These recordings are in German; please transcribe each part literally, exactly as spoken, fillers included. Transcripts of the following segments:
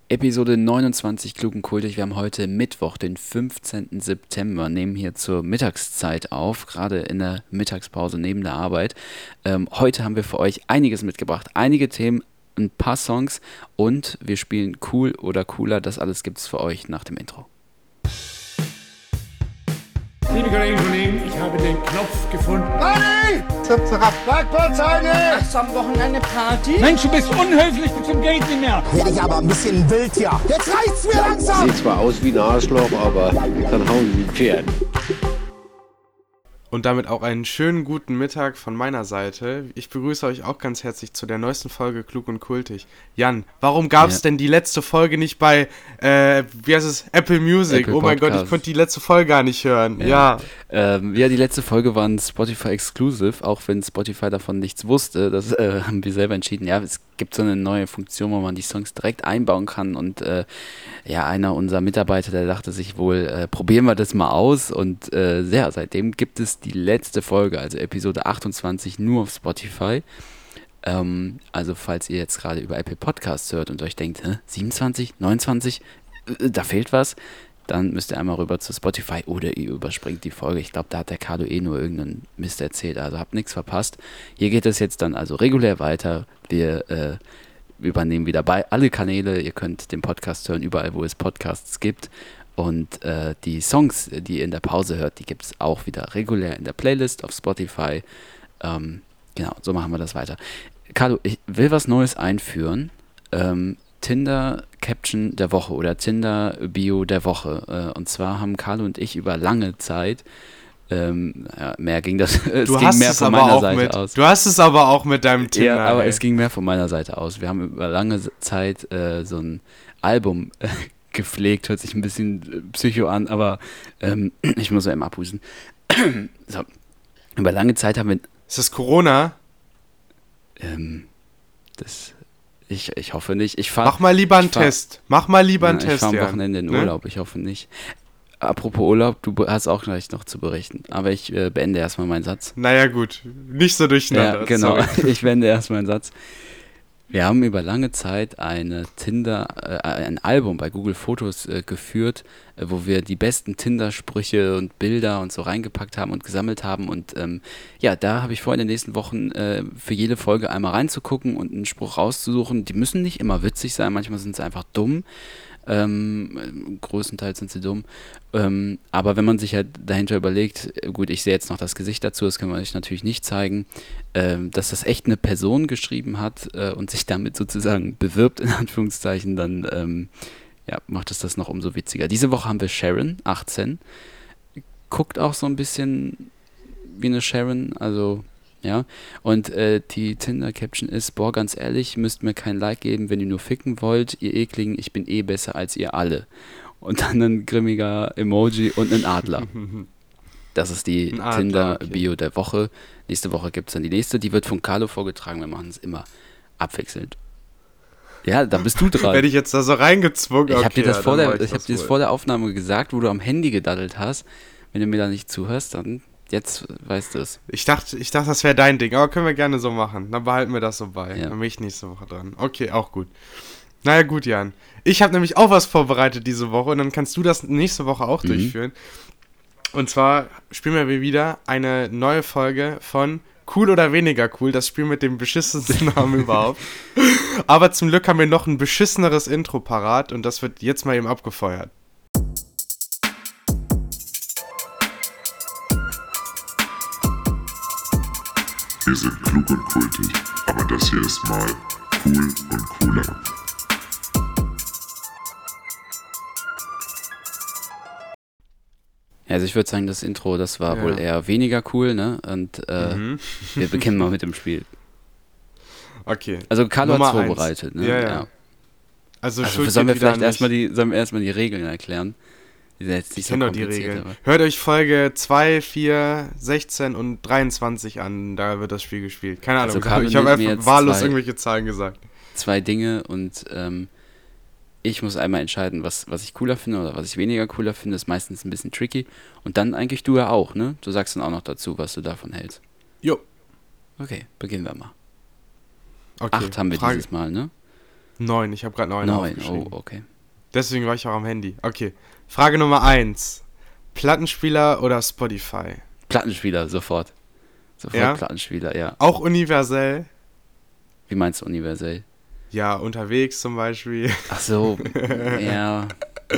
Episode neunundzwanzig Klug und Kultig. Wir haben heute Mittwoch, den fünfzehnten September, nehmen hier zur Mittagszeit auf, gerade in der Mittagspause neben der Arbeit. Ähm, heute haben wir für euch einiges mitgebracht, einige Themen, ein paar Songs und wir spielen Cool oder Cooler. Das alles gibt's für euch nach dem Intro. Liebe Kolleginnen und Kollegen, ich habe den Knopf gefunden. Party! Zap, zap, Bergbahnzeige! Hast du am Wochenende Party? Mensch, du bist unhöflich bis zum geht nicht mehr. Werde ich aber ein bisschen wild hier. Jetzt reicht's mir langsam! Sieht zwar aus wie ein Arschloch, aber kann hauen wie ein Pferd. Und damit auch einen schönen guten Mittag von meiner Seite. Ich begrüße euch auch ganz herzlich zu der neuesten Folge Klug und Kultig. Jan, warum gab es ja. denn die letzte Folge nicht bei, äh, wie heißt es, Apple Music? Apple oh mein Podcast. Gott, ich konnte die letzte Folge gar nicht hören. Ja, Ja, ähm, ja die letzte Folge war ein Spotify Exclusive, auch wenn Spotify davon nichts wusste. Das äh, haben wir selber entschieden. Ja, es gibt so eine neue Funktion, wo man die Songs direkt einbauen kann und äh, ja, einer unserer Mitarbeiter, der dachte sich wohl, äh, probieren wir das mal aus und äh, ja, seitdem gibt es die letzte Folge, also Episode achtundzwanzig, nur auf Spotify. Ähm, also falls ihr jetzt gerade über Apple Podcasts hört und euch denkt, hä, siebenundzwanzig, neunundzwanzig, äh, da fehlt was, dann müsst ihr einmal rüber zu Spotify oder ihr überspringt die Folge. Ich glaube, da hat der Carlo eh nur irgendeinen Mist erzählt, also habt nichts verpasst. Hier geht es jetzt dann also regulär weiter. Wir äh, übernehmen wieder bei alle Kanäle. Ihr könnt den Podcast hören, überall, wo es Podcasts gibt. Und äh, die Songs, die ihr in der Pause hört, die gibt es auch wieder regulär in der Playlist auf Spotify. Ähm, genau, so machen wir das weiter. Carlo, ich will was Neues einführen. Ähm, Tinder-Caption der Woche oder Tinder-Bio der Woche. Äh, und zwar haben Carlo und ich über lange Zeit, ähm, ja, mehr ging das, es du ging hast mehr es von aber meiner auch Seite mit, aus. Du hast es aber auch mit deinem Tinder. Ja, aber ey. es ging mehr von meiner Seite aus. Wir haben über lange Zeit äh, so ein Album äh, gepflegt, hört sich ein bisschen äh, psycho an, aber ähm, ich muss ja eben abhusten. So. Über lange Zeit haben wir Ist das Corona? ähm, das ich, ich hoffe nicht. Ich fahr, Mach mal lieber einen fahr, Test. Mach mal lieber einen na, Test, Ich fahre am Jan. Wochenende in Ne? Urlaub, ich hoffe nicht. Apropos Urlaub, du hast auch gleich noch zu berichten, aber ich äh, beende erstmal meinen Satz. Naja gut, nicht so durcheinander. Ja, genau. Sorry. Ich wende erstmal einen Satz. Wir haben über lange Zeit eine Tinder, äh, ein Album bei Google Fotos äh, geführt, äh, wo wir die besten Tinder-Sprüche und Bilder und so reingepackt haben und gesammelt haben. Und ähm, ja, da habe ich vor, in den nächsten Wochen äh, für jede Folge einmal reinzugucken und einen Spruch rauszusuchen. Die müssen nicht immer witzig sein, manchmal sind sie einfach dumm. Ähm, größtenteils sind sie dumm. Ähm, aber wenn man sich halt dahinter überlegt, gut, ich sehe jetzt noch das Gesicht dazu, das können wir euch natürlich nicht zeigen, ähm, dass das echt eine Person geschrieben hat äh, und sich damit sozusagen bewirbt, in Anführungszeichen, dann ähm, ja, macht es das noch umso witziger. Diese Woche haben wir Sharon, achtzehn, guckt auch so ein bisschen wie eine Sharon, also ja, und äh, die Tinder-Caption ist, boah, ganz ehrlich, müsst mir kein Like geben, wenn ihr nur ficken wollt, ihr Ekligen, ich bin eh besser als ihr alle. Und dann ein grimmiger Emoji und ein Adler. Das ist die Tinder-Bio okay. der Woche. Nächste Woche gibt es dann die nächste, die wird von Carlo vorgetragen, wir machen es immer abwechselnd. Ja, da bist du dran. Werde ich jetzt da so reingezwungen? Ich habe okay, dir das, ja, vor, der, ich ich hab das dir das wohl. vor der Aufnahme gesagt, wo du am Handy gedaddelt hast. Wenn du mir da nicht zuhörst, dann jetzt weißt du es. Ich dachte, ich dachte, das wäre dein Ding, aber können wir gerne so machen. Dann behalten wir das so bei. Ja. Dann bin ich nächste Woche dran. Okay, auch gut. Naja, gut, Jan. Ich habe nämlich auch was vorbereitet diese Woche und dann kannst du das nächste Woche auch mhm. durchführen. Und zwar spielen wir wieder eine neue Folge von Cool oder weniger cool, das Spiel mit dem beschissensten Namen überhaupt. Aber zum Glück haben wir noch ein beschisseneres Intro parat und das wird jetzt mal eben abgefeuert. Wir sind klug und kultig, aber das hier ist mal cool und cooler. Also ich würde sagen, das Intro, das war ja. wohl eher weniger cool, ne? Und äh, mhm. wir beginnen mal mit dem Spiel. Okay. Also Carlo Nummer hat es vorbereitet, ne? Ja, ja. ja. Also, also sollen wir vielleicht erstmal die, sollen wir erstmal die Regeln erklären? Die sind jetzt nicht ich so kenne doch die kompliziert, Regeln. Aber. Hört euch Folge zwei, vier, sechzehn und dreiundzwanzig an, da wird das Spiel gespielt. Keine Ahnung, Also ich habe einfach wahllos zwei, irgendwelche Zahlen gesagt. Zwei Dinge und ähm, ich muss einmal entscheiden, was, was ich cooler finde oder was ich weniger cooler finde. Ist meistens ein bisschen tricky. Und dann eigentlich du ja auch, ne? Du sagst dann auch noch dazu, was du davon hältst. Jo. Okay, beginnen wir mal. Okay. Acht haben wir Frage. dieses Mal, ne? Neun, ich habe gerade neun Neun, aufgeschrieben. oh, okay. Deswegen war ich auch am Handy. Okay, Frage Nummer eins. Plattenspieler oder Spotify? Plattenspieler, sofort. Sofort Ja? Plattenspieler, ja. Auch universell? Wie meinst du universell? Ja, unterwegs zum Beispiel. Ach so, ja.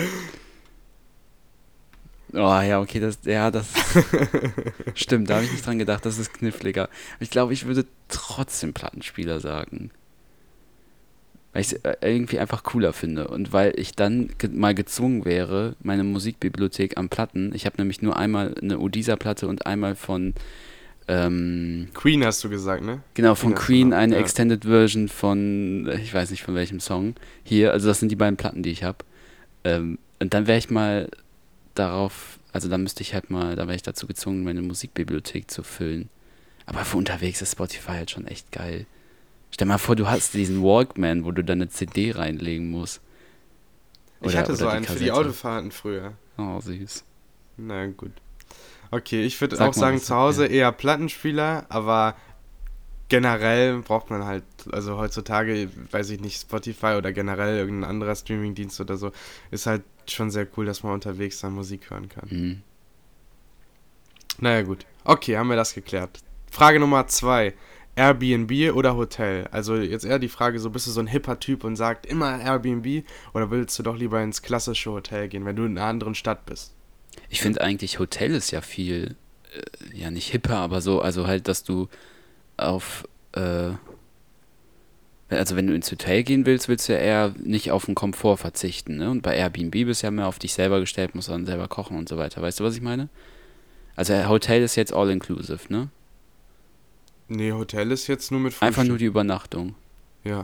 Oh ja, okay, das, ja, das stimmt, da habe ich nicht dran gedacht, das ist kniffliger. Ich glaube, ich würde trotzdem Plattenspieler sagen. Weil ich es irgendwie einfach cooler finde und weil ich dann ge- mal gezwungen wäre, meine Musikbibliothek an Platten, ich habe nämlich nur einmal eine Odisa-Platte und einmal von, ähm, Queen hast du gesagt, ne? genau, von hast du Queen noch, eine ja. Extended Version von, ich weiß nicht von welchem Song, hier, also das sind die beiden Platten, die ich habe. Ähm, und dann wäre ich mal darauf, also dann müsste ich halt mal, da wäre ich dazu gezwungen, meine Musikbibliothek zu füllen. Aber für unterwegs ist Spotify halt schon echt geil. Stell mal vor, du hast diesen Walkman, wo du deine C D reinlegen musst. Ich hatte so die einen für die Kassette. Autofahrten früher. Oh, süß. Na gut. Okay, ich würde Sag auch mal, sagen, was- zu Hause ja. eher Plattenspieler, aber generell braucht man halt, also heutzutage, weiß ich nicht, Spotify oder generell irgendein anderer Streamingdienst oder so, ist halt schon sehr cool, dass man unterwegs dann Musik hören kann. Mhm. Naja gut. Okay, haben wir das geklärt. Frage Nummer zwei. Airbnb oder Hotel? Also jetzt eher die Frage, so bist du so ein hipper Typ und sagt immer Airbnb oder willst du doch lieber ins klassische Hotel gehen, wenn du in einer anderen Stadt bist? Ich finde eigentlich, Hotel ist ja viel, äh, ja nicht hipper, aber so, also halt, dass du auf, äh, also wenn du ins Hotel gehen willst, willst du ja eher nicht auf den Komfort verzichten, ne? Und bei Airbnb bist du ja mehr auf dich selber gestellt, musst dann selber kochen und so weiter. Weißt du, was ich meine? Also äh, Hotel ist jetzt all-inclusive, ne? Nee, Hotel ist jetzt nur mit Frühstück. Einfach nur die Übernachtung. Ja.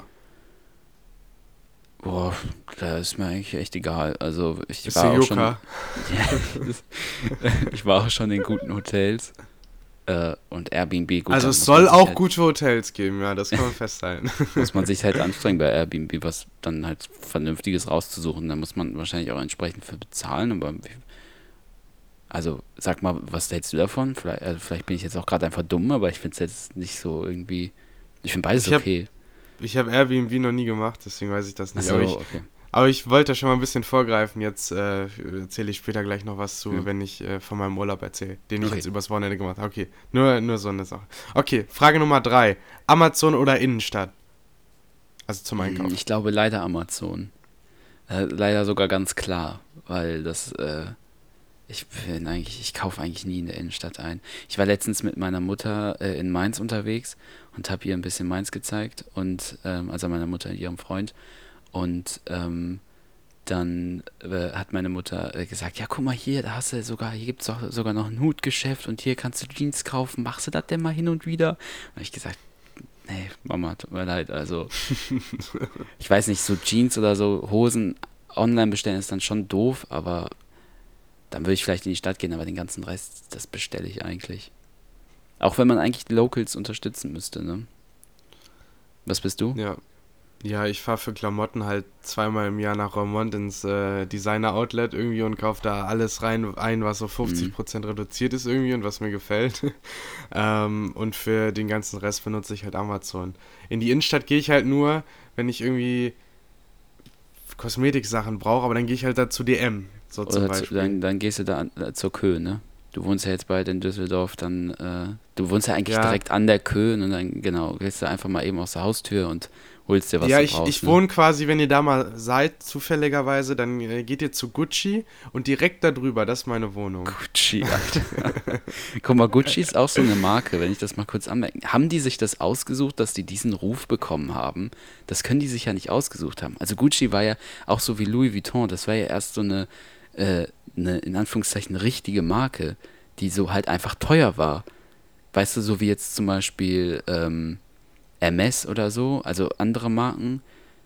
Boah, da ist mir eigentlich echt egal. Also ich Ist war der auch schon, Joker. ja, ich war auch schon in guten Hotels äh, und Airbnb. Gut, Also da es muss soll man sich auch halt, gute Hotels geben, ja, das kann man festhalten. muss man sich halt anstrengen bei Airbnb, was dann halt Vernünftiges rauszusuchen. Da muss man wahrscheinlich auch entsprechend für bezahlen. Aber wie- also sag mal, was hältst du davon? Vielleicht, also vielleicht bin ich jetzt auch gerade einfach dumm, aber ich finde es jetzt nicht so irgendwie. Ich finde beides Ich hab- okay. Ich habe Airbnb noch nie gemacht, deswegen weiß ich das nicht. Achso, aber, ich, okay. aber ich wollte schon mal ein bisschen vorgreifen. Jetzt äh, erzähle ich später gleich noch was zu, Ja. wenn ich äh, von meinem Urlaub erzähle, den ich Okay. jetzt übers Wochenende gemacht habe. Okay, nur, nur so eine Sache. Okay, Frage Nummer drei. Amazon oder Innenstadt? Also zum Einkaufen. Ich glaube leider Amazon. Äh, leider sogar ganz klar, weil das, äh, ich bin eigentlich, ich kaufe eigentlich nie in der Innenstadt ein. Ich war letztens mit meiner Mutter äh, in Mainz unterwegs und habe ihr ein bisschen Mainz gezeigt und, ähm, also meiner Mutter und ihrem Freund und, ähm, dann äh, hat meine Mutter äh, gesagt, ja guck mal hier, da hast du sogar, hier gibt es sogar noch ein Hutgeschäft und hier kannst du Jeans kaufen, machst du das denn mal hin und wieder? Und ich gesagt, nee, Mama, tut mir leid, also ich weiß nicht, so Jeans oder so Hosen online bestellen ist dann schon doof, aber dann würde ich vielleicht in die Stadt gehen, aber den ganzen Rest, das bestelle ich eigentlich. Auch wenn man eigentlich die Locals unterstützen müsste, ne? Was bist du? Ja. Ja, ich fahre für Klamotten halt zweimal im Jahr nach Roermond ins äh, Designer-Outlet irgendwie und kaufe da alles rein ein, was so fünfzig Prozent reduziert ist irgendwie und was mir gefällt. ähm, und für den ganzen Rest benutze ich halt Amazon. In die Innenstadt gehe ich halt nur, wenn ich irgendwie Kosmetiksachen brauche, aber dann gehe ich halt da zu D M, so zum Oder zu, Beispiel. dann, dann gehst du da an, äh, zur Kö, ne? Du wohnst ja jetzt bald in Düsseldorf, dann, äh, du wohnst ja eigentlich Ja. direkt an der Kö und dann, genau, gehst du einfach mal eben aus der Haustür und holst dir, was ja, du ich, brauchst. ich ne? wohne quasi, wenn ihr da mal seid, zufälligerweise, dann äh, geht ihr zu Gucci und direkt da drüber, das ist meine Wohnung. Gucci, Alter. Guck mal, Gucci ist auch so eine Marke, wenn ich das mal kurz anmerken. Haben die sich das ausgesucht, dass die diesen Ruf bekommen haben? Das können die sich ja nicht ausgesucht haben. Also Gucci war ja auch so wie Louis Vuitton, das war ja erst so eine, äh, eine in Anführungszeichen, richtige Marke, die so halt einfach teuer war. Weißt du, so wie jetzt zum Beispiel ähm, Hermes oder so, also andere Marken.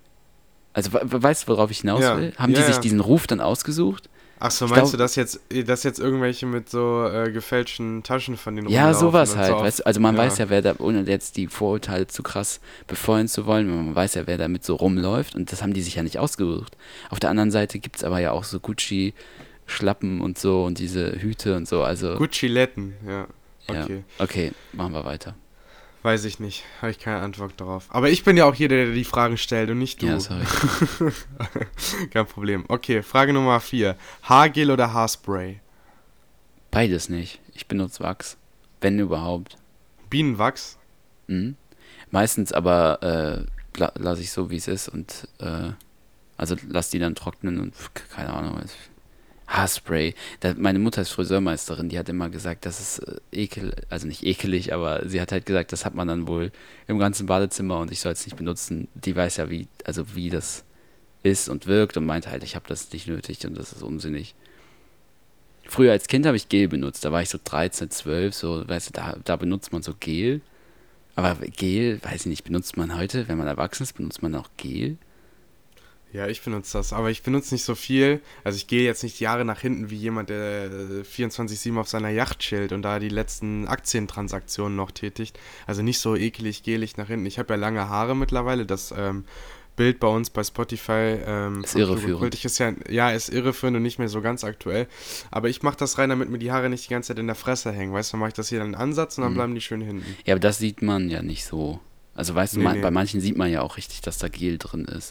Also we- we- weißt du, worauf ich hinaus Ja, will? Haben ja, die sich ja. diesen Ruf dann ausgesucht? Ach so, Ich meinst glaub- du, dass jetzt, dass jetzt irgendwelche mit so äh, gefälschten Taschen von denen Ja, rumlaufen sowas und halt, so auf- weißt du, also man ja. weiß ja, wer da, ohne jetzt die Vorurteile zu krass befeuern zu wollen, man weiß ja, wer damit so rumläuft und das haben die sich ja nicht ausgesucht. Auf der anderen Seite gibt es aber ja auch so Gucci-Schlappen und so und diese Hüte und so, also Gucci-Letten, ja. Okay. ja. Okay, machen wir weiter. Weiß ich nicht. Habe ich keine Antwort darauf. Aber ich bin ja auch hier, der, der die Fragen stellt und nicht du. Ja, sorry. Kein Problem. Okay, Frage Nummer vier. Haargel oder Haarspray? Beides nicht. Ich benutze Wachs. Wenn überhaupt. Bienenwachs? Mhm. Meistens aber äh, la- lasse ich so, wie es ist und äh, also lass die dann trocknen und keine Ahnung. Haarspray. Da, meine Mutter ist Friseurmeisterin, die hat immer gesagt, das ist äh, ekel, also nicht ekelig, aber sie hat halt gesagt, das hat man dann wohl im ganzen Badezimmer und ich soll es nicht benutzen. Die weiß ja, wie, also wie das ist und wirkt und meinte halt, ich habe das nicht nötig und das ist unsinnig. Früher als Kind habe ich Gel benutzt, da war ich so dreizehn, zwölf, so, weißt du, da, da benutzt man so Gel. Aber Gel, weiß ich nicht, benutzt man heute, wenn man erwachsen ist, benutzt man auch Gel? Ja, ich benutze das, aber ich benutze nicht so viel. Also ich gehe jetzt nicht Jahre nach hinten wie jemand, der vierundzwanzig sieben auf seiner Yacht chillt und da die letzten Aktientransaktionen noch tätigt. Also nicht so ekelig, gelig nach hinten. Ich habe ja lange Haare mittlerweile, das ähm, Bild bei uns bei Spotify ähm, ist irreführend. Ist ja, ja, ist irreführend und nicht mehr so ganz aktuell. Aber ich mache das rein, damit mir die Haare nicht die ganze Zeit in der Fresse hängen. Weißt du, dann mache ich das hier dann einen Ansatz und dann Mhm. bleiben die schön hinten. Ja, aber das sieht man ja nicht so. Also weißt du, Nee, man, nee. bei manchen sieht man ja auch richtig, dass da Gel drin ist.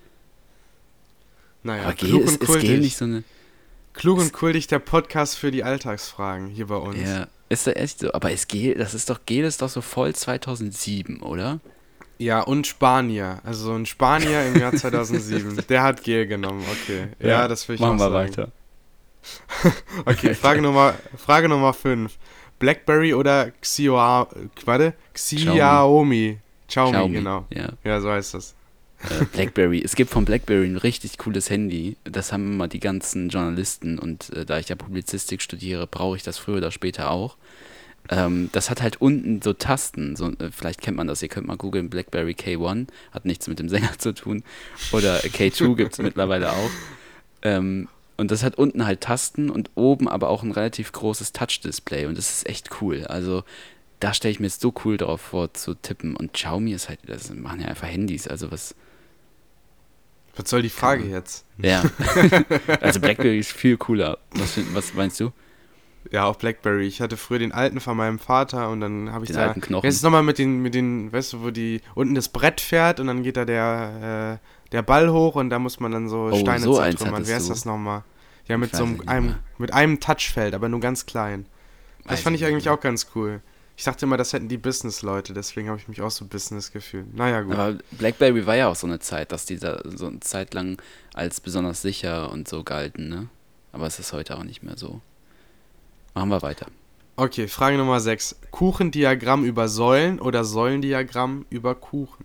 Naja, aber Gel klug ist, und ist Gel kultig. nicht so eine... Klug und kultig, der Podcast für die Alltagsfragen hier bei uns. Ja, ist da echt so. Aber ist Gel, das ist doch, Gel ist doch so voll zweitausendsieben, oder? Ja, und Spanier. Also so ein Spanier im Jahr zweitausendsieben. Der hat Gel genommen, okay. Ja, Ja, das will ich machen auch wir sagen. weiter. Okay, Frage Nummer, Frage Nummer fünf. Blackberry oder Xiaomi? Warte, Xiaomi. Xiaomi, Xiaomi, genau. ja. Ja, so heißt das. Äh, Blackberry. Es gibt von Blackberry ein richtig cooles Handy. Das haben immer die ganzen Journalisten und äh, da ich ja Publizistik studiere, brauche ich das früher oder später auch. Ähm, das hat halt unten so Tasten. So, äh, vielleicht kennt man das. Ihr könnt mal googeln. Blackberry K eins. Hat nichts mit dem Sänger zu tun. Oder K zwei gibt es mittlerweile auch. Ähm, und das hat unten halt Tasten und oben aber auch ein relativ großes Touch-Display. Und das ist echt cool. Also da stelle ich mir jetzt so cool drauf vor zu tippen. Und Xiaomi ist halt, das machen ja einfach Handys. Also was... Was soll die Frage jetzt? Ja, also Blackberry ist viel cooler. Was, was meinst du? Ja, auch Blackberry. Ich hatte früher den alten von meinem Vater und dann habe ich Den da... alten Knochen. Jetzt nochmal mit den, mit den, weißt du, wo die unten das Brett fährt und dann geht da der, äh, der Ball hoch und da muss man dann so Oh, Steine so eins zertrümmern. hattest Wer ist du? das nochmal? Ja, mit Ich so weiß einem, nicht einem, mehr. mit einem Touchfeld, aber nur ganz klein. Das Weiß fand ich ich nicht eigentlich mehr. auch ganz cool. Ich dachte immer, das hätten die Business-Leute, deswegen habe ich mich auch so Business gefühlt. Naja, gut. Aber Blackberry war ja auch so eine Zeit, dass die da so eine Zeit lang als besonders sicher und so galten, ne? Aber es ist heute auch nicht mehr so. Machen wir weiter. Okay, Frage Nummer sechs. Kuchendiagramm über Säulen oder Säulendiagramm über Kuchen?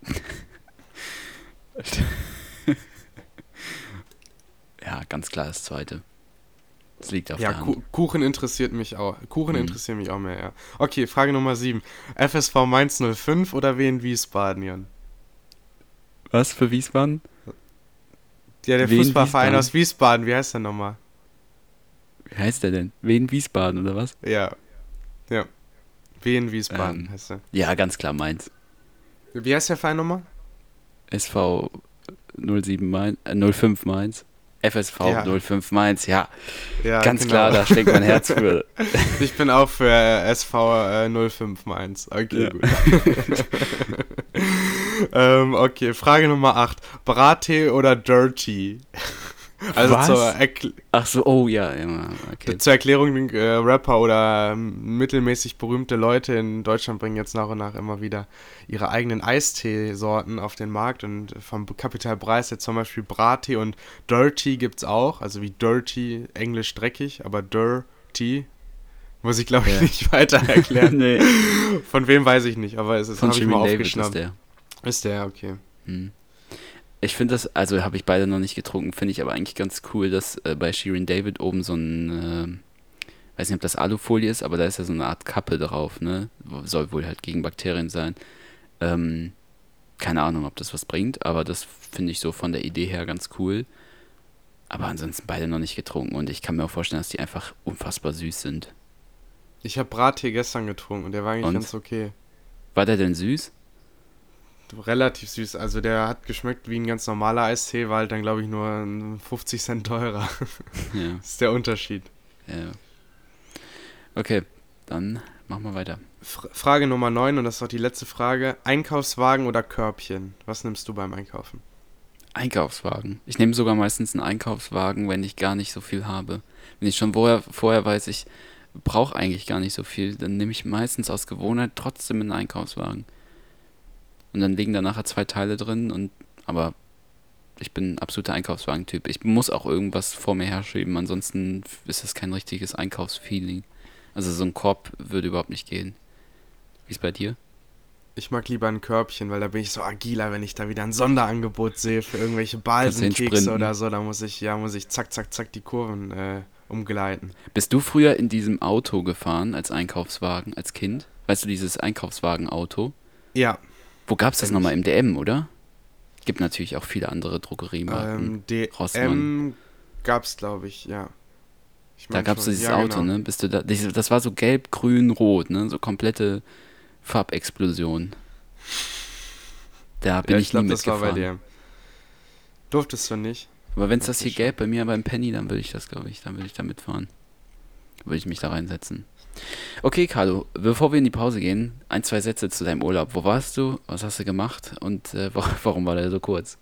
Ja, ganz klar das zweite. Das liegt auf Ja, der Hand. Ku- Kuchen interessiert mich auch. Kuchen Mhm. interessiert mich auch mehr, ja. Okay, Frage Nummer sieben. F S V Mainz null fünf oder Wien Wiesbaden, Jan? Was für Wiesbaden? Ja, der Wien Fußballverein Wiesbaden. aus Wiesbaden, wie heißt der nochmal? Wie heißt der denn? Wien Wiesbaden oder was? Ja. Ja. Wien Wiesbaden Ähm. heißt er. Ja, ganz klar Mainz. Wie heißt der Verein nochmal? S V null sieben Mainz, äh, null fünf Mainz. F S V Ja. null fünf Mainz, ja. Ja, Ganz genau. klar, da schlägt mein Herz für. Ich bin auch für äh, S V äh, null fünf Mainz. Okay, Ja. gut. ähm, okay, Frage Nummer acht. Brattee oder Dirty? Also Was? zur, Erkl- Ach so, oh ja, ja, okay. zur Erklärung, äh, Rapper oder ähm, mittelmäßig berühmte Leute in Deutschland bringen jetzt nach und nach immer wieder ihre eigenen Eisteesorten auf den Markt und vom Capital Bra ist jetzt zum Beispiel Brattee und Dirty gibt's auch, also wie Dirty, englisch dreckig, aber Dirty muss ich glaube ich Ja. nicht weiter erklären. Nee. Von wem weiß ich nicht, aber es ist, Von habe ich mal Shirin David ist aufgeschnappt. der. Ist der, okay. Hm. Ich finde das, also habe ich beide noch nicht getrunken, finde ich aber eigentlich ganz cool, dass äh, bei Shirin David oben so ein, äh, weiß nicht, ob das Alufolie ist, aber da ist ja so eine Art Kappe drauf, ne? Soll wohl halt gegen Bakterien sein. Ähm, keine Ahnung, ob das was bringt, aber das finde ich so von der Idee her ganz cool. Aber ansonsten beide noch nicht getrunken und ich kann mir auch vorstellen, dass die einfach unfassbar süß sind. Ich habe Brattee gestern getrunken und der war eigentlich Und? ganz okay. War der denn süß? Relativ süß. Also der hat geschmeckt wie ein ganz normaler Eistee, war halt dann glaube ich nur fünfzig Cent teurer. Ja. Das ist der Unterschied. Ja. Okay, dann mach mal weiter. F- Frage Nummer neun, und das ist auch die letzte Frage. Einkaufswagen oder Körbchen? Was nimmst du beim Einkaufen? Einkaufswagen. Ich nehme sogar meistens einen Einkaufswagen, wenn ich gar nicht so viel habe. Wenn ich schon vorher, vorher weiß, ich brauche eigentlich gar nicht so viel, dann nehme ich meistens aus Gewohnheit trotzdem einen Einkaufswagen. Und dann liegen da nachher zwei Teile drin, und aber ich bin ein absoluter Einkaufswagen-Typ. Ich muss auch irgendwas vor mir herschieben, ansonsten ist das kein richtiges Einkaufsfeeling. Also so ein Korb würde überhaupt nicht gehen. Wie ist bei dir? Ich mag lieber ein Körbchen, weil da bin ich so agiler, wenn ich da wieder ein Sonderangebot sehe für irgendwelche Kannst du Balsenkekse hinsprinten. oder so, da muss ich, ja, muss ich zack, zack, zack die Kurven äh, umgleiten. Bist du früher in diesem Auto gefahren als Einkaufswagen, als Kind? Weißt du, dieses Einkaufswagen-Auto? Ja, Wo gab's das Kenn nochmal? ich. Im D M, oder? Gibt natürlich auch viele andere Drogeriemarken. ähm, D Rossmann. M gab's, glaube ich, ja. Ich Da mein gab's so schon. dieses Ja, Auto, genau. ne? Bist du da, das das war so gelb, grün, rot, ne? So komplette Farbexplosion. Da bin Ja, ich, ich glaube, nie das war bei mitgefahren. dir. Durftest du nicht? Aber wenn es das Durfte hier ich schon. gäbe, bei mir beim Penny, dann würde ich das, glaube ich, dann würde ich da mitfahren. Würde ich mich da reinsetzen. Okay, Carlo, bevor wir in die Pause gehen, ein, zwei Sätze zu deinem Urlaub. Wo warst du? Was hast du gemacht? Und äh, wa- warum war der so kurz?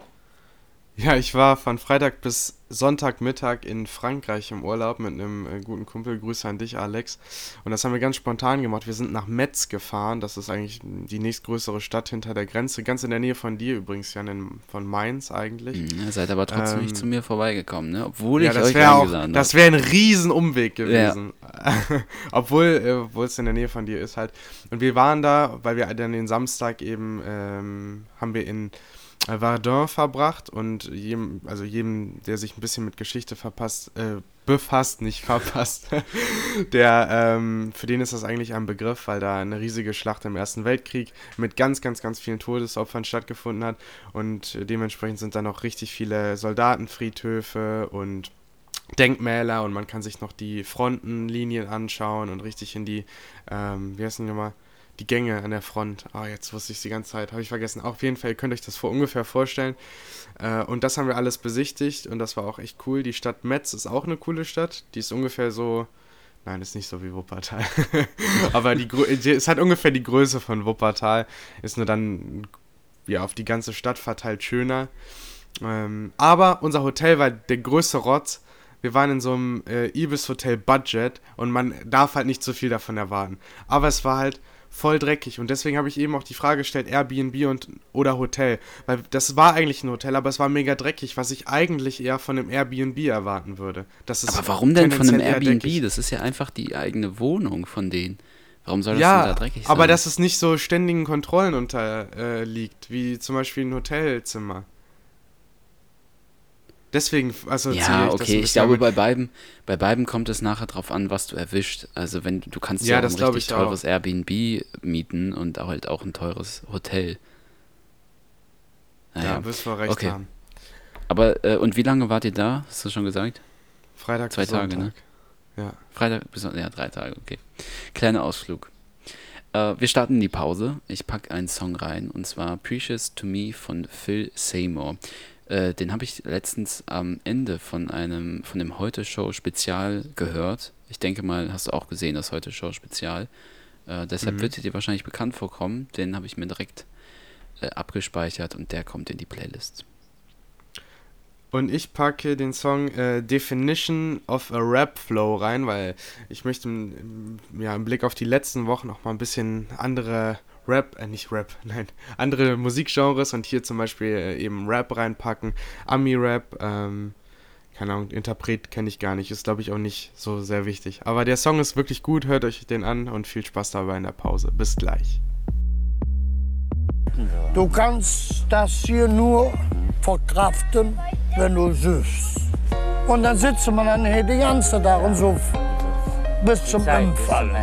Ja, ich war von Freitag bis Sonntagmittag in Frankreich im Urlaub mit einem äh, guten Kumpel. Grüße an dich, Alex. Und das haben wir ganz spontan gemacht. Wir sind nach Metz gefahren. Das ist eigentlich die nächstgrößere Stadt hinter der Grenze. Ganz in der Nähe von dir übrigens, Jan, in, von Mainz eigentlich. Hm, ihr seid aber trotzdem Ähm, nicht zu mir vorbeigekommen, ne? Obwohl Ja, ich das euch wäre auch, eingeladen habe. das wäre ein Riesenumweg gewesen. Obwohl, äh, obwohl es in der Nähe von dir ist halt. Und wir waren da, weil wir dann den Samstag eben, ähm, haben wir in äh, Verdun verbracht, und jedem, also jedem, der sich ein bisschen mit Geschichte verpasst, äh, befasst, nicht verpasst, der, ähm, für den ist das eigentlich ein Begriff, weil da eine riesige Schlacht im Ersten Weltkrieg mit ganz, ganz, ganz vielen Todesopfern stattgefunden hat, und äh, dementsprechend sind da noch richtig viele Soldatenfriedhöfe und Denkmäler, und man kann sich noch die Frontenlinien anschauen und richtig in die, ähm, wie heißt denn nochmal, die Gänge an der Front. Ah, jetzt wusste ich es die ganze Zeit, habe ich vergessen. Auf jeden Fall, ihr könnt euch das vor ungefähr vorstellen. Äh, und das haben wir alles besichtigt, und das war auch echt cool. Die Stadt Metz ist auch eine coole Stadt. Die ist ungefähr so, nein, ist nicht so wie Wuppertal. Aber die, Grö- die, es hat ungefähr die Größe von Wuppertal. Ist nur dann, ja, auf die ganze Stadt verteilt schöner. Ähm, aber unser Hotel war der größte Rotz. Wir waren in so einem äh, Ibis-Hotel Budget, und man darf halt nicht so viel davon erwarten. Aber es war halt voll dreckig, und deswegen habe ich eben auch die Frage gestellt, Airbnb und, oder Hotel. Weil das war eigentlich ein Hotel, aber es war mega dreckig, was ich eigentlich eher von einem Airbnb erwarten würde. Das ist Aber warum denn von einem tendenziell eher Airbnb? dreckig. Das ist ja einfach die eigene Wohnung von denen. Warum soll das Ja, denn da dreckig sein? aber dass es nicht so ständigen Kontrollen unterliegt, äh, liegt, wie zum Beispiel ein Hotelzimmer. Deswegen, also Ja, ich das ein okay, ich bisschen glaube, mit- bei beiden, bei beiden kommt es nachher drauf an, was du erwischt. Also wenn du du kannst Ja, ja, auch das ein glaube richtig ich auch. teures Airbnb mieten und auch halt auch ein teures Hotel. Naja, Ja, wirst du recht okay. haben. aber äh, und wie lange wart ihr da? Hast du schon gesagt? Freitag Zwei bis Tage, ne? Sonntag. Ja. Freitag bis ja, drei Tage, okay. Kleiner Ausflug. Äh, wir starten die Pause. Ich packe einen Song rein, und zwar Precious to Me von Phil Seymour. Äh, den habe ich letztens am Ende von einem von dem Heute-Show-Spezial gehört. Ich denke mal, hast du auch gesehen, das Heute-Show-Spezial. Äh, deshalb Mhm. wird er dir wahrscheinlich bekannt vorkommen. Den habe ich mir direkt äh, abgespeichert, und der kommt in die Playlist. Und ich packe den Song äh, Definition of a Rap Flow rein, weil ich möchte im, im, ja, im Blick auf die letzten Wochen auch mal ein bisschen andere Rap, äh, nicht Rap, nein, andere Musikgenres, und hier zum Beispiel äh, eben Rap reinpacken, Ami-Rap, ähm, keine Ahnung, Interpret kenne ich gar nicht, ist glaube ich auch nicht so sehr wichtig. Aber der Song ist wirklich gut, hört euch den an, und viel Spaß dabei in der Pause. Bis gleich. Du kannst das hier nur verkraften, wenn du süßt. Und dann sitzt man dann hier die ganze Tag und so bis zum Umfallen.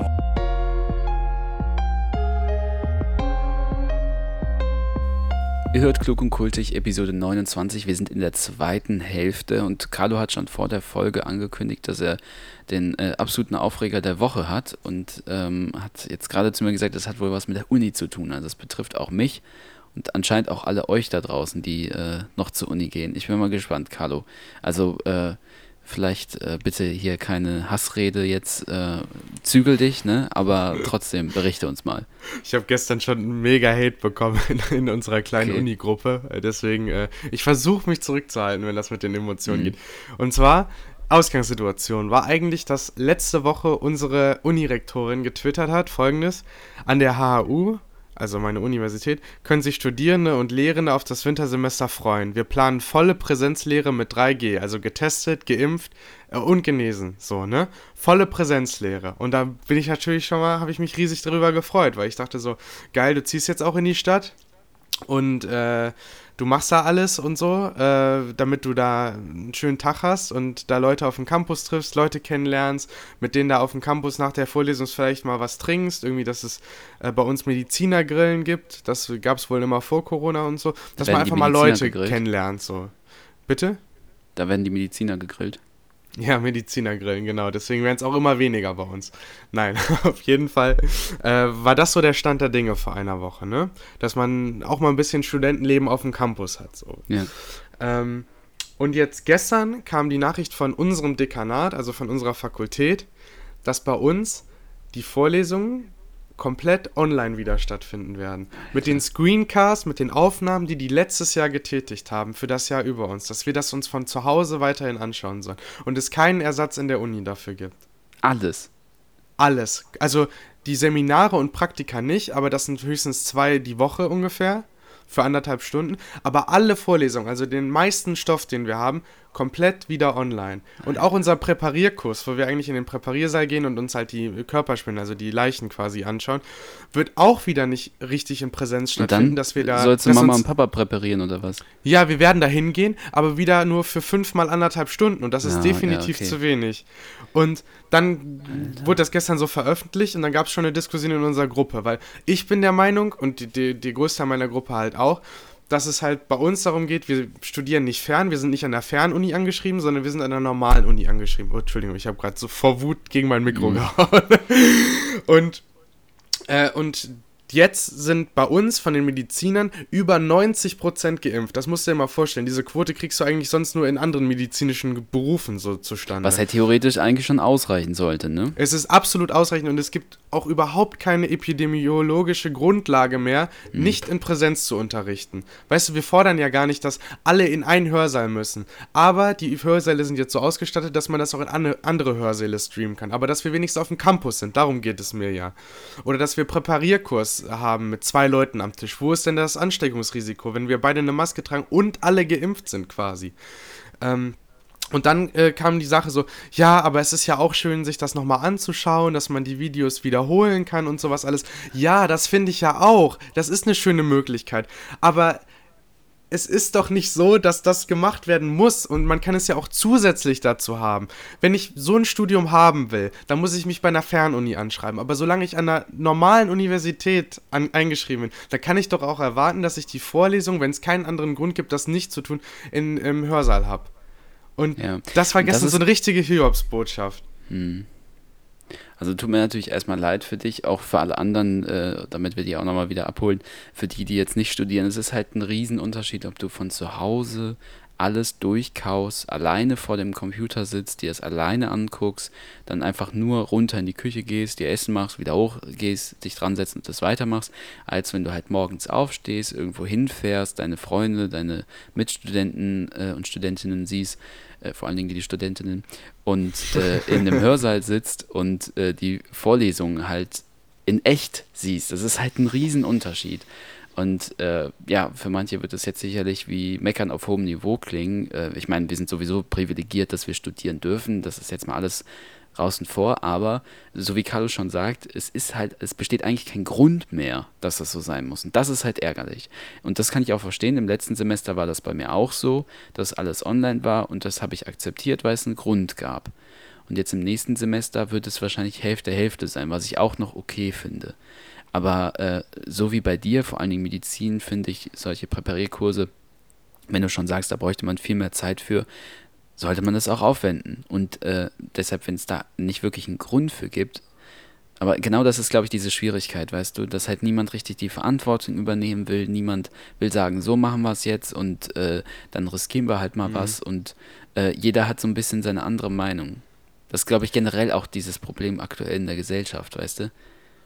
Ihr hört Klug und Kultig, Episode neunundzwanzig. Wir sind in der zweiten Hälfte, und Carlo hat schon vor der Folge angekündigt, dass er den äh, absoluten Aufreger der Woche hat, und ähm, hat jetzt gerade zu mir gesagt, das hat wohl was mit der Uni zu tun. Also das betrifft auch mich und anscheinend auch alle euch da draußen, die äh, noch zur Uni gehen. Ich bin mal gespannt, Carlo. Also äh, Vielleicht äh, bitte hier keine Hassrede jetzt, äh, zügel dich, ne? Aber trotzdem, berichte uns mal. Ich habe gestern schon einen mega Hate bekommen in, in unserer kleinen Okay. Uni-Gruppe. Äh, Deswegen, äh, ich versuche mich zurückzuhalten, wenn das mit den Emotionen Mhm. geht. Und zwar, Ausgangssituation war eigentlich, dass letzte Woche unsere Unirektorin getwittert hat, folgendes: An der H H U, also meine Universität, können sich Studierende und Lehrende auf das Wintersemester freuen. Wir planen volle Präsenzlehre mit drei G, also getestet, geimpft äh, und genesen, so, ne? Volle Präsenzlehre. Und da bin ich natürlich schon mal, habe ich mich riesig darüber gefreut, weil ich dachte so, geil, du ziehst jetzt auch in die Stadt und äh, du machst da alles und so, äh, damit du da einen schönen Tag hast und da Leute auf dem Campus triffst, Leute kennenlernst, mit denen da auf dem Campus nach der Vorlesung vielleicht mal was trinkst, irgendwie, dass es äh, bei uns Medizinergrillen gibt, das gab es wohl immer vor Corona und so, dass Werden man die einfach mal Mediziner Leute gegrillt? kennenlernt, so. Bitte? Da werden die Mediziner gegrillt. Ja, Medizinergrillen, genau. Deswegen werden es auch immer weniger bei uns. Nein, auf jeden Fall äh, war das so der Stand der Dinge vor einer Woche, ne? Dass man auch mal ein bisschen Studentenleben auf dem Campus hat, so. Ja. Ähm, und jetzt gestern kam die Nachricht von unserem Dekanat, also von unserer Fakultät, dass bei uns die Vorlesungen komplett online wieder stattfinden werden. Mit den Screencasts, mit den Aufnahmen, die die letztes Jahr getätigt haben, für das Jahr über uns. Dass wir das uns von zu Hause weiterhin anschauen sollen. Und es keinen Ersatz in der Uni dafür gibt. Alles. Alles. Also die Seminare und Praktika nicht, aber das sind höchstens zwei die Woche ungefähr. Für anderthalb Stunden. Aber alle Vorlesungen, also den meisten Stoff, den wir haben, komplett wieder online. Und auch unser Präparierkurs, wo wir eigentlich in den Präpariersaal gehen und uns halt die Körperspenden, also die Leichen quasi anschauen, wird auch wieder nicht richtig in Präsenz Und stattfinden, dann dass wir da... sollst du dass Mama uns- und Papa präparieren oder was? Ja, wir werden da hingehen, aber wieder nur für fünfmal anderthalb Stunden und das ist Ja, definitiv ja, okay. zu wenig. Und dann wurde das gestern so veröffentlicht und dann gab es schon eine Diskussion in unserer Gruppe, weil ich bin der Meinung und die, die, die Großteil meiner Gruppe halt auch, dass es halt bei uns darum geht, wir studieren nicht fern, wir sind nicht an der Fernuni angeschrieben, sondern wir sind an der normalen Uni angeschrieben. Oh, Entschuldigung, ich habe gerade so vor Wut gegen mein Mikro Mhm. gehauen. Und, äh, und jetzt sind bei uns von den Medizinern über neunzig Prozent geimpft. Das musst du dir mal vorstellen. Diese Quote kriegst du eigentlich sonst nur in anderen medizinischen Berufen so zustande. Was ja theoretisch eigentlich schon ausreichen sollte, ne? Es ist absolut ausreichend und es gibt auch überhaupt keine epidemiologische Grundlage mehr, Mhm. nicht in Präsenz zu unterrichten. Weißt du, wir fordern ja gar nicht, dass alle in einen Hörsaal müssen. Aber die Hörsäle sind jetzt so ausgestattet, dass man das auch in ane- andere Hörsäle streamen kann. Aber dass wir wenigstens auf dem Campus sind, darum geht es mir ja. Oder dass wir Präparierkurs haben mit zwei Leuten am Tisch. Wo ist denn das Ansteckungsrisiko, wenn wir beide eine Maske tragen und alle geimpft sind quasi? Ähm, Und dann äh, kam die Sache so, ja, aber es ist ja auch schön, sich das nochmal anzuschauen, dass man die Videos wiederholen kann und sowas alles. Ja, das finde ich ja auch. Das ist eine schöne Möglichkeit. Aber es ist doch nicht so, dass das gemacht werden muss und man kann es ja auch zusätzlich dazu haben. Wenn ich so ein Studium haben will, dann muss ich mich bei einer Fernuni anschreiben. Aber solange ich an einer normalen Universität an, eingeschrieben bin, dann kann ich doch auch erwarten, dass ich die Vorlesung, wenn es keinen anderen Grund gibt, das nicht zu tun, in, im Hörsaal habe. Und Ja. das war Und das gestern ist- so eine richtige Hiobsbotschaft. Hm. Also tut mir natürlich erstmal leid für dich, auch für alle anderen, äh, damit wir die auch nochmal wieder abholen, für die, die jetzt nicht studieren. Es ist halt ein Riesenunterschied, ob du von zu Hause alles durchkaust, alleine vor dem Computer sitzt, dir es alleine anguckst, dann einfach nur runter in die Küche gehst, dir Essen machst, wieder hochgehst, dich dran setzt und das weitermachst, als wenn du halt morgens aufstehst, irgendwo hinfährst, deine Freunde, deine Mitstudenten äh, und Studentinnen siehst, äh, vor allen Dingen die Studentinnen, und äh, in einem Hörsaal sitzt und äh, die Vorlesungen halt in echt siehst. Das ist halt ein Riesenunterschied. Und äh, ja, für manche wird das jetzt sicherlich wie Meckern auf hohem Niveau klingen. Äh, ich meine, wir sind sowieso privilegiert, dass wir studieren dürfen. Das ist jetzt mal alles außen vor. Aber so wie Carlo schon sagt, es ist halt, es besteht eigentlich kein Grund mehr, dass das so sein muss. Und das ist halt ärgerlich. Und das kann ich auch verstehen. Im letzten Semester war das bei mir auch so, dass alles online war. Und das habe ich akzeptiert, weil es einen Grund gab. Und jetzt im nächsten Semester wird es wahrscheinlich Hälfte Hälfte sein, was ich auch noch okay finde. Aber äh, so wie bei dir, vor allen Dingen Medizin, finde ich solche Präparierkurse, wenn du schon sagst, da bräuchte man viel mehr Zeit für, sollte man das auch aufwenden. Und äh, deshalb, wenn es da nicht wirklich einen Grund für gibt, Aber genau das ist, glaube ich, diese Schwierigkeit, weißt du, dass halt niemand richtig die Verantwortung übernehmen will, niemand will sagen, so machen wir es jetzt und äh, dann riskieren wir halt mal Mhm. was und äh, jeder hat so ein bisschen seine andere Meinung. Das ist, glaube ich, generell auch dieses Problem aktuell in der Gesellschaft, weißt du?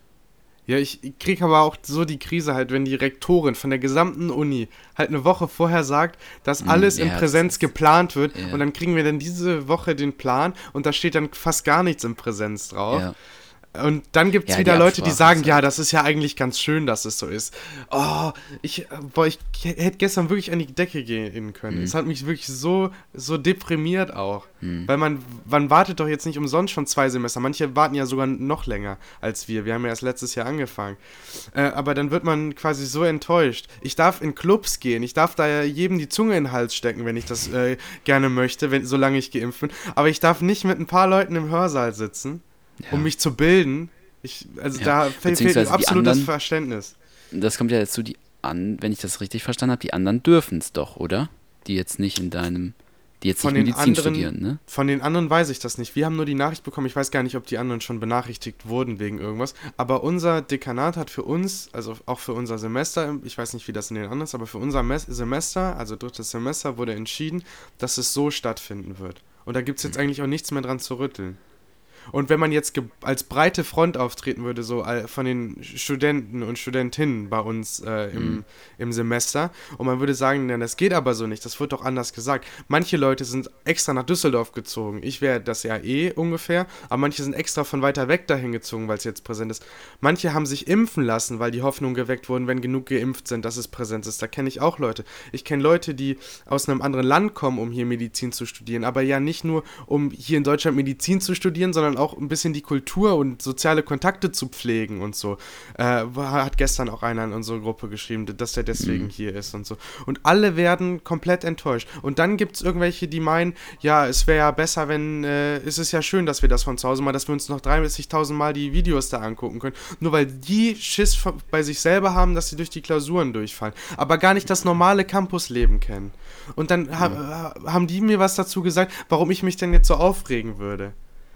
Ja, ich kriege aber auch so die Krise halt, wenn die Rektorin von der gesamten Uni halt eine Woche vorher sagt, dass Mm, alles in ja, das Präsenz ist- geplant wird ja. und dann kriegen wir dann diese Woche den Plan und da steht dann fast gar nichts in Präsenz drauf. Ja. Und dann gibt es Ja, wieder die Leute, die Absprache sagen, ist ja, halt- das ist ja eigentlich ganz schön, dass es so ist. Oh, ich, äh, boah, ich k- hätte gestern wirklich an die Decke gehen können. Es hat mich wirklich so, so deprimiert auch. Weil man, man wartet doch jetzt nicht umsonst schon zwei Semester. Manche warten ja sogar noch länger als wir. Wir haben ja erst letztes Jahr angefangen. Äh, aber dann wird man quasi so enttäuscht. Ich darf in Clubs gehen. Ich darf da ja jedem die Zunge in den Hals stecken, wenn ich das äh, gerne möchte, wenn, solange ich geimpft bin. Aber ich darf nicht mit ein paar Leuten im Hörsaal sitzen, um mich zu bilden. Ich, also Ja, da fe- fehlt beziehungsweise mir die absolut das anderen- Verständnis. Das kommt ja dazu, die an, wenn ich das richtig verstanden habe, die anderen dürfen es doch, oder? Die jetzt nicht in deinem, die jetzt Von nicht den, Medizin anderen, studieren, ne? von den anderen weiß ich das nicht. Wir haben nur die Nachricht bekommen, ich weiß gar nicht, ob die anderen schon benachrichtigt wurden wegen irgendwas, aber unser Dekanat hat für uns, also auch für unser Semester, ich weiß nicht, wie das in den anderen ist, aber für unser Mes- Semester, also drittes Semester, wurde entschieden, dass es so stattfinden wird. Und da gibt es jetzt eigentlich auch nichts mehr dran zu rütteln. Und wenn man jetzt ge- als breite Front auftreten würde, so all- von den Studenten und Studentinnen bei uns äh, im, Mhm. im Semester, und man würde sagen, nein, das geht aber so nicht, das wird doch anders gesagt. Manche Leute sind extra nach Düsseldorf gezogen. Ich wäre das ja eh ungefähr, aber manche sind extra von weiter weg dahin gezogen, weil es jetzt präsent ist. Manche haben sich impfen lassen, weil die Hoffnung geweckt wurden, wenn genug geimpft sind, dass es präsent ist. Da kenne ich auch Leute. Ich kenne Leute, die aus einem anderen Land kommen, um hier Medizin zu studieren, aber ja nicht nur, um hier in Deutschland Medizin zu studieren, sondern auch ein bisschen die Kultur und soziale Kontakte zu pflegen und so. Äh, hat gestern auch einer in unsere Gruppe geschrieben, dass der deswegen Mhm. hier ist und so. Und alle werden komplett enttäuscht. Und dann gibt es irgendwelche, die meinen, ja, es wäre ja besser, wenn, äh, es ist ja schön, dass wir das von zu Hause mal, dass wir uns noch dreißigtausend Mal die Videos da angucken können. Nur weil die Schiss von- bei sich selber haben, dass sie durch die Klausuren durchfallen. Aber gar nicht das normale Campusleben kennen. Und dann ha- haben die mir was dazu gesagt, warum ich mich denn jetzt so aufregen würde.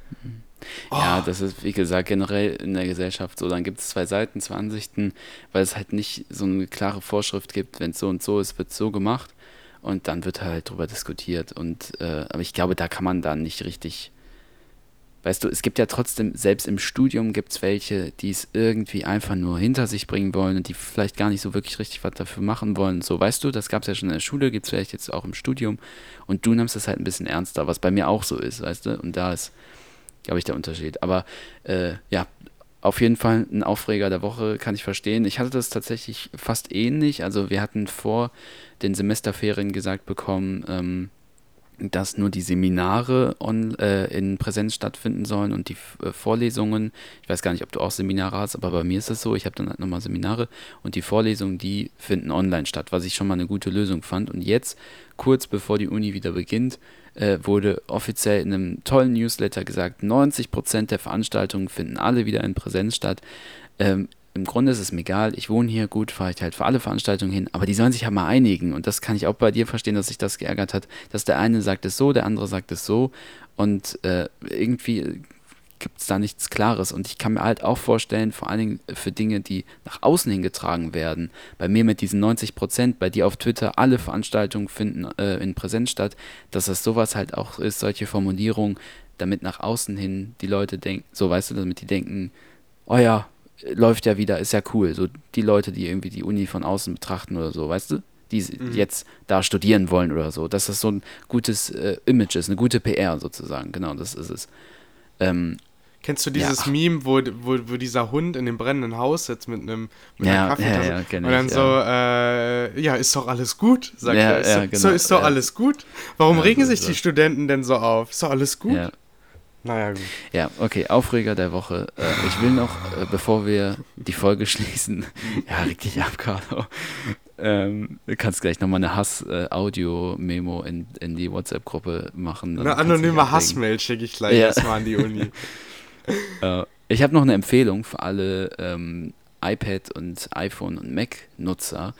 Ja, Oh. das ist, wie gesagt, generell in der Gesellschaft so. Dann gibt es zwei Seiten, zwei Ansichten, weil es halt nicht so eine klare Vorschrift gibt, wenn es so und so ist, wird so gemacht. Und dann wird halt drüber diskutiert. Und äh, aber ich glaube, da kann man dann nicht richtig. Weißt du, es gibt ja trotzdem, selbst im Studium gibt es welche, die es irgendwie einfach nur hinter sich bringen wollen und die vielleicht gar nicht so wirklich richtig was dafür machen wollen. So, weißt du, das gab es ja schon in der Schule, gibt es vielleicht jetzt auch im Studium. Und du nimmst es halt ein bisschen ernster, was bei mir auch so ist, weißt du? Und da ist, glaube ich, der Unterschied. Aber äh, ja, auf jeden Fall ein Aufreger der Woche, kann ich verstehen. Ich hatte das tatsächlich fast ähnlich. Also wir hatten vor den Semesterferien gesagt bekommen, ähm, dass nur die Seminare on, äh, in Präsenz stattfinden sollen und die äh, Vorlesungen, ich weiß gar nicht, ob du auch Seminare hast, aber bei mir ist es so, ich habe dann halt nochmal Seminare und die Vorlesungen, die finden online statt, was ich schon mal eine gute Lösung fand. Und jetzt, kurz bevor die Uni wieder beginnt, äh, wurde offiziell in einem tollen Newsletter gesagt, neunzig Prozent der Veranstaltungen finden alle wieder in Präsenz statt. Ähm, Im Grunde ist es mir egal, ich wohne hier, gut, fahre ich halt für alle Veranstaltungen hin, aber die sollen sich ja mal einigen und das kann ich auch bei dir verstehen, dass sich das geärgert hat, dass der eine sagt es so, der andere sagt es so und äh, irgendwie gibt es da nichts Klares und ich kann mir halt auch vorstellen, vor allen Dingen für Dinge, die nach außen hingetragen werden, bei mir mit diesen neunzig Prozent, bei dir auf Twitter, alle Veranstaltungen finden äh, in Präsenz statt, dass das sowas halt auch ist, solche Formulierungen, damit nach außen hin die Leute denken, so weißt du, damit die denken, oh ja, läuft ja wieder, ist ja cool. So die Leute, die irgendwie die Uni von außen betrachten oder so, weißt du? Die Mhm. jetzt da studieren wollen oder so. Dass das so ein gutes äh, Image ist, eine gute P R sozusagen. Genau, das ist es. Ähm, Kennst du dieses Ja. Meme, wo, wo, wo dieser Hund in dem brennenden Haus sitzt mit einem mit Ja, einer Kaffeetasse ja, ja, kenn und ich, dann ja. so, äh, ja, ist doch alles gut, sagt Ja, er. Ist, ja, doch- genau, so, ist doch ja. alles gut? Warum Ja, regen so sich ist die das. Studenten denn so auf? Ist doch alles gut? ja, Naja, gut. ja, okay, Aufreger der Woche. Äh, ich will noch, äh, bevor wir die Folge schließen, ja, reg dich ab, Carlo. Ähm, du kannst gleich nochmal eine Hass-Audio-Memo in, in die WhatsApp-Gruppe machen. dann Eine kannst du dich anonyme abregen. Hassmail schicke ich gleich Ja. erstmal an die Uni. Äh, ich habe noch eine Empfehlung für alle ähm, iPad- und iPhone- und Mac-Nutzer.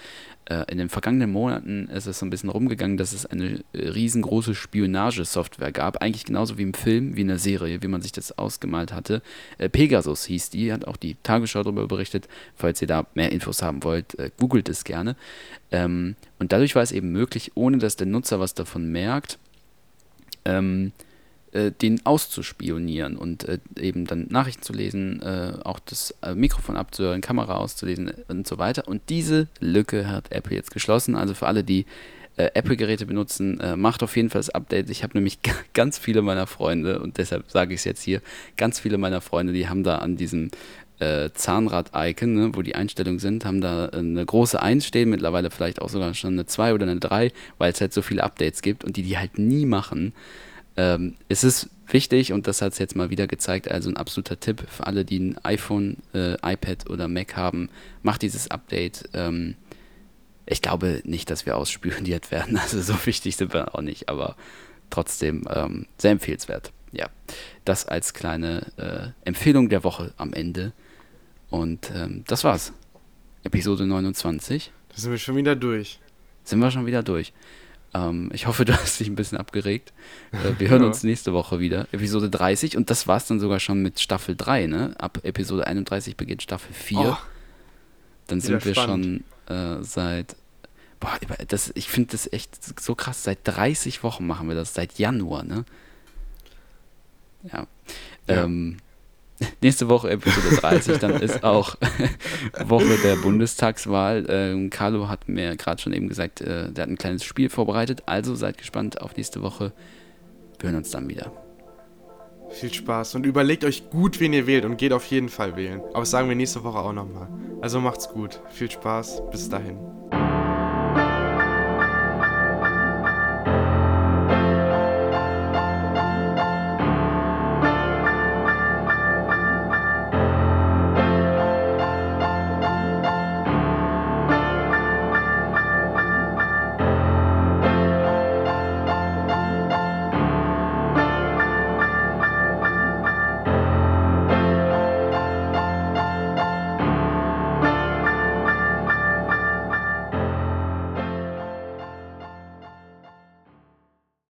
Äh, in den vergangenen Monaten ist es so ein bisschen rumgegangen, dass es eine äh, riesengroße Spionagesoftware gab. Eigentlich genauso wie im Film, wie in der Serie, wie man sich das ausgemalt hatte. Äh, Pegasus hieß die, hat auch die Tagesschau darüber berichtet. Falls ihr da mehr Infos haben wollt, äh, googelt es gerne. Ähm, und dadurch war es eben möglich, ohne dass der Nutzer was davon merkt, ähm, den auszuspionieren und äh, eben dann Nachrichten zu lesen, äh, auch das äh, Mikrofon abzuhören, Kamera auszulesen und so weiter. Und diese Lücke hat Apple jetzt geschlossen. Also für alle, die äh, Apple-Geräte benutzen, äh, macht auf jeden Fall das Update. Ich habe nämlich g- ganz viele meiner Freunde, und deshalb sage ich es jetzt hier, ganz viele meiner Freunde, die haben da an diesem äh, Zahnrad-Icon, ne, wo die Einstellungen sind, haben da eine große eins stehen, mittlerweile vielleicht auch sogar schon eine zwei oder eine drei, weil es halt so viele Updates gibt und die die halt nie machen. Ähm, es ist wichtig, und das hat es jetzt mal wieder gezeigt, also ein absoluter Tipp für alle, die ein iPhone, äh, iPad oder Mac haben, macht dieses Update. Ähm, ich glaube nicht, dass wir ausspioniert werden, also so wichtig sind wir auch nicht, aber trotzdem ähm, sehr empfehlenswert. Ja, das als kleine äh, Empfehlung der Woche am Ende. Und ähm, das war's. Episode neunundzwanzig. Da sind wir schon wieder durch. Sind wir schon wieder durch. Ähm, ich hoffe, du hast dich ein bisschen abgeregt. Äh, wir hören Ja. uns nächste Woche wieder. Episode dreißig. Und das war's dann sogar schon mit Staffel drei, ne? Ab Episode einunddreißig beginnt Staffel vier. Oh, Dann wieder sind wir spannend. schon äh, seit... Boah, das, ich finde das echt so krass. Seit dreißig Wochen machen wir das. Seit Januar, ne? Ja. Ja. Ähm, nächste Woche Episode dreißig, dann ist auch Woche der Bundestagswahl. Ähm, Carlo hat mir gerade schon eben gesagt, äh, der hat ein kleines Spiel vorbereitet. Also seid gespannt auf nächste Woche. Wir hören uns dann wieder. Viel Spaß und überlegt euch gut, wen ihr wählt und geht auf jeden Fall wählen. Aber das sagen wir nächste Woche auch nochmal. Also macht's gut. Viel Spaß. Bis dahin.